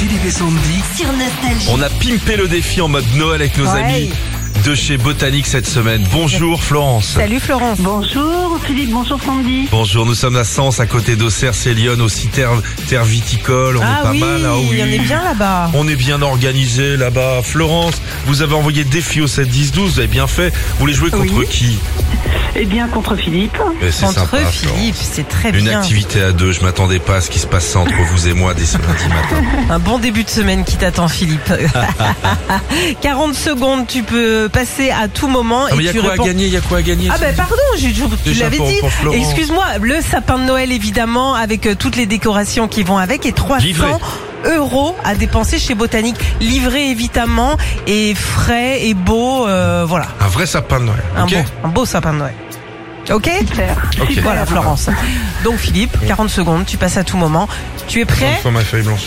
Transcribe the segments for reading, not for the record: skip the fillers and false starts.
Philippe et Sandy. Sur Nostalgie. On a pimpé le défi en mode Noël avec nos amis de chez Botanique cette semaine. Bonjour Florence. Salut Florence. Bonjour Philippe, bonjour Sandy. Bonjour, nous sommes à Sens, à côté d'Auxerre, c'est Lyon, aussi terre viticole. On est pas mal. Ah oui, on est bien là-bas. On est bien organisé là-bas. Florence, vous avez envoyé défi au 7-10-12, vous avez bien fait. Vous voulez jouer contre qui? Eh bien contre Philippe. Mais c'est Contre sympa, Philippe, c'est très Une bien. activité à deux, je m'attendais pas à ce qui se passe entre vous et moi dès ce lundi matin. Un bon début de semaine qui t'attend Philippe. 40 secondes, tu peux passer à tout moment. Non, mais et il tu y a quoi réponds... à gagner? Il y a quoi à gagner? Ah ben pardon, tu Déjà l'avais dit. pour Florence. Excuse-moi, le sapin de Noël évidemment avec toutes les décorations qui vont avec et 300 Livré. € à dépenser chez Botanique. Livré évidemment et frais et beau, voilà. Un vrai sapin de Noël. Ok. Un beau sapin de Noël. Ok? Super. Ok. Super. Voilà Florence. Donc Philippe, 40 secondes, tu passes à tout moment. Tu es prêt? Une fois ma feuille blanche.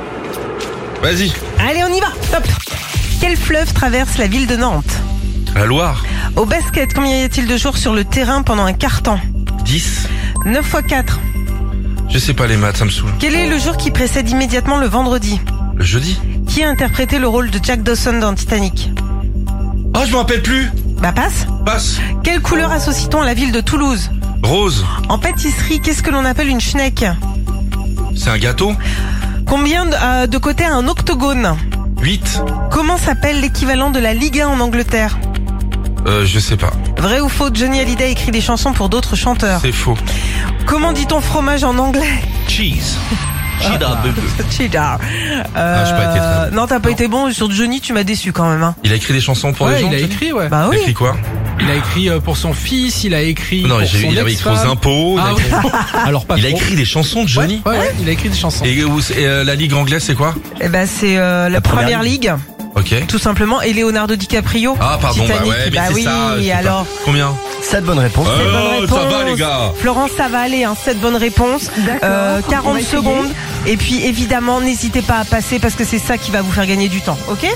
Vas-y. Allez, on y va. Top. Quel fleuve traverse la ville de Nantes? La Loire. Au basket, combien y a-t-il de jours sur le terrain pendant un quart-temps? 10. 9 x 4. Je sais pas les maths, ça me saoule. Quel est le jour qui précède immédiatement le vendredi? Le jeudi. Qui a interprété le rôle de Jack Dawson dans Titanic? Oh, je me rappelle plus. Bah passe. Passe. Quelle couleur associe-t-on à la ville de Toulouse? Rose. En pâtisserie, qu'est-ce que l'on appelle une schneck? C'est un gâteau. Combien de côtés a un octogone? 8. Comment s'appelle l'équivalent de la Ligue 1 en Angleterre? Je sais pas. Vrai ou faux, Johnny Hallyday écrit des chansons pour d'autres chanteurs. C'est faux. Comment dit-on fromage en anglais? Cheese. Cheddar. Cheddar. j'ai pas été très bon. Non, t'as pas été bon. Sur Johnny, tu m'as déçu quand même. Hein. Il a écrit des chansons pour les Ouais, gens. il a Johnny écrit, ouais. Bah Il a oui. écrit quoi? Il a écrit pour son fils, il a écrit Non, pour il son avait écrit aux ex-femme. impôts. Ah, oui. Alors pas Il a trop. écrit des chansons de Johnny. Ouais, il a écrit des chansons. Et la Ligue anglaise, c'est quoi? Eh ben, c'est la première ligue, Ok. tout simplement. Et Leonardo DiCaprio. Ah, pardon, Titanic. bah ouais, mais bah c'est oui, ça. je sais pas. alors. Combien? 7 bonnes réponses. Bonne Ça réponse. va, les gars. Florence, ça va aller, hein, 7 bonnes réponses. D'accord, on 40 va essayer. secondes. Et puis, évidemment, n'hésitez pas à passer parce que c'est ça qui va vous faire gagner du temps. Ok?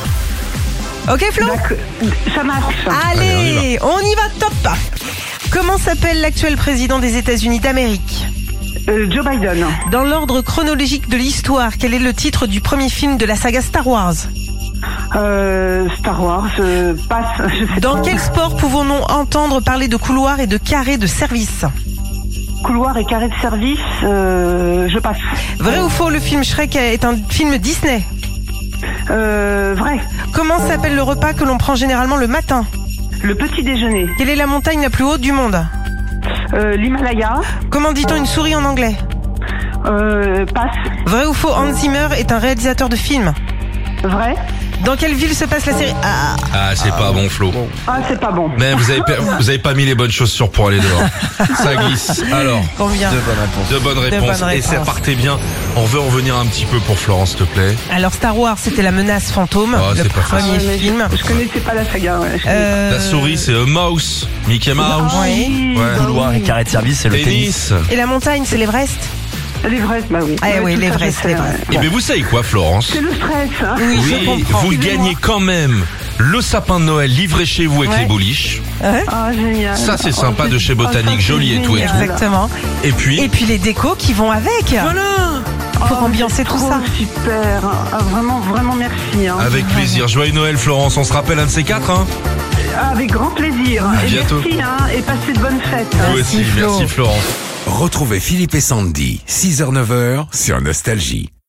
Ok, Flo? D'accord. Ça marche. Allez, on y va, top. Comment s'appelle l'actuel président des États-Unis d'Amérique? Joe Biden. Dans l'ordre chronologique de l'histoire, quel est le titre du premier film de la saga Star Wars? Star Wars. Passe. Je sais Dans pas. quel sport pouvons-nous entendre parler de couloir et de carré de service? Couloir et carré de service. Je passe. Vrai ou faux, le film Shrek est un film Disney? Vrai. Comment s'appelle le repas que l'on prend généralement le matin? Le petit déjeuner. Quelle est la montagne la plus haute du monde? L'Himalaya. Comment dit-on une souris en anglais? Passe. Vrai ou faux, Hans Zimmer est un réalisateur de films? Vrai. Dans quelle ville se passe la série? Ah, Ah, c'est pas bon, Flo. Ah, c'est pas bon. Mais vous avez pas mis les bonnes chaussures pour aller dehors. Ça glisse. Alors, combien? 2 bonnes réponses. de bonnes réponses. bonnes Et ça réponses. partait bien. On veut revenir un petit peu pour Florence, s'il te plaît. Alors Star Wars, c'était la menace fantôme, Oh, le c'est pas premier Mais film. Je connaissais pas la saga. Ouais. La souris, c'est Mouse. Mickey Mouse. Oui. Ouais. Couloir et carré de service, c'est le tennis. Tennis. Et la montagne, c'est l'Everest? L'Everest, bah oui. Ah oui, tout ça, l'Everest, je sais, l'Everest. Et bien, vous savez quoi, Florence? C'est le stress. Hein. Oui, je comprends. vous gagnez quand même le sapin de Noël livré chez vous avec Ouais. les bouliches. Ah, génial. Ça, c'est sympa Oh, de chez Botanique, ça, c'est joli et tout et génial. tout. Exactement. Et puis, Et puis les décos qui vont avec. voilà. Pour Oh, ambiancer c'est tout trop ça. Super. Ah, vraiment, vraiment merci. Hein. Avec plaisir. Joyeux Noël, Florence. On se rappelle un de ces quatre, hein? Avec grand plaisir. À Et bientôt. merci, hein, et passez de bonnes fêtes. Vous aussi. Flo. Merci, Florence. Retrouvez Philippe et Sandy, 6h-9h sur Nostalgie.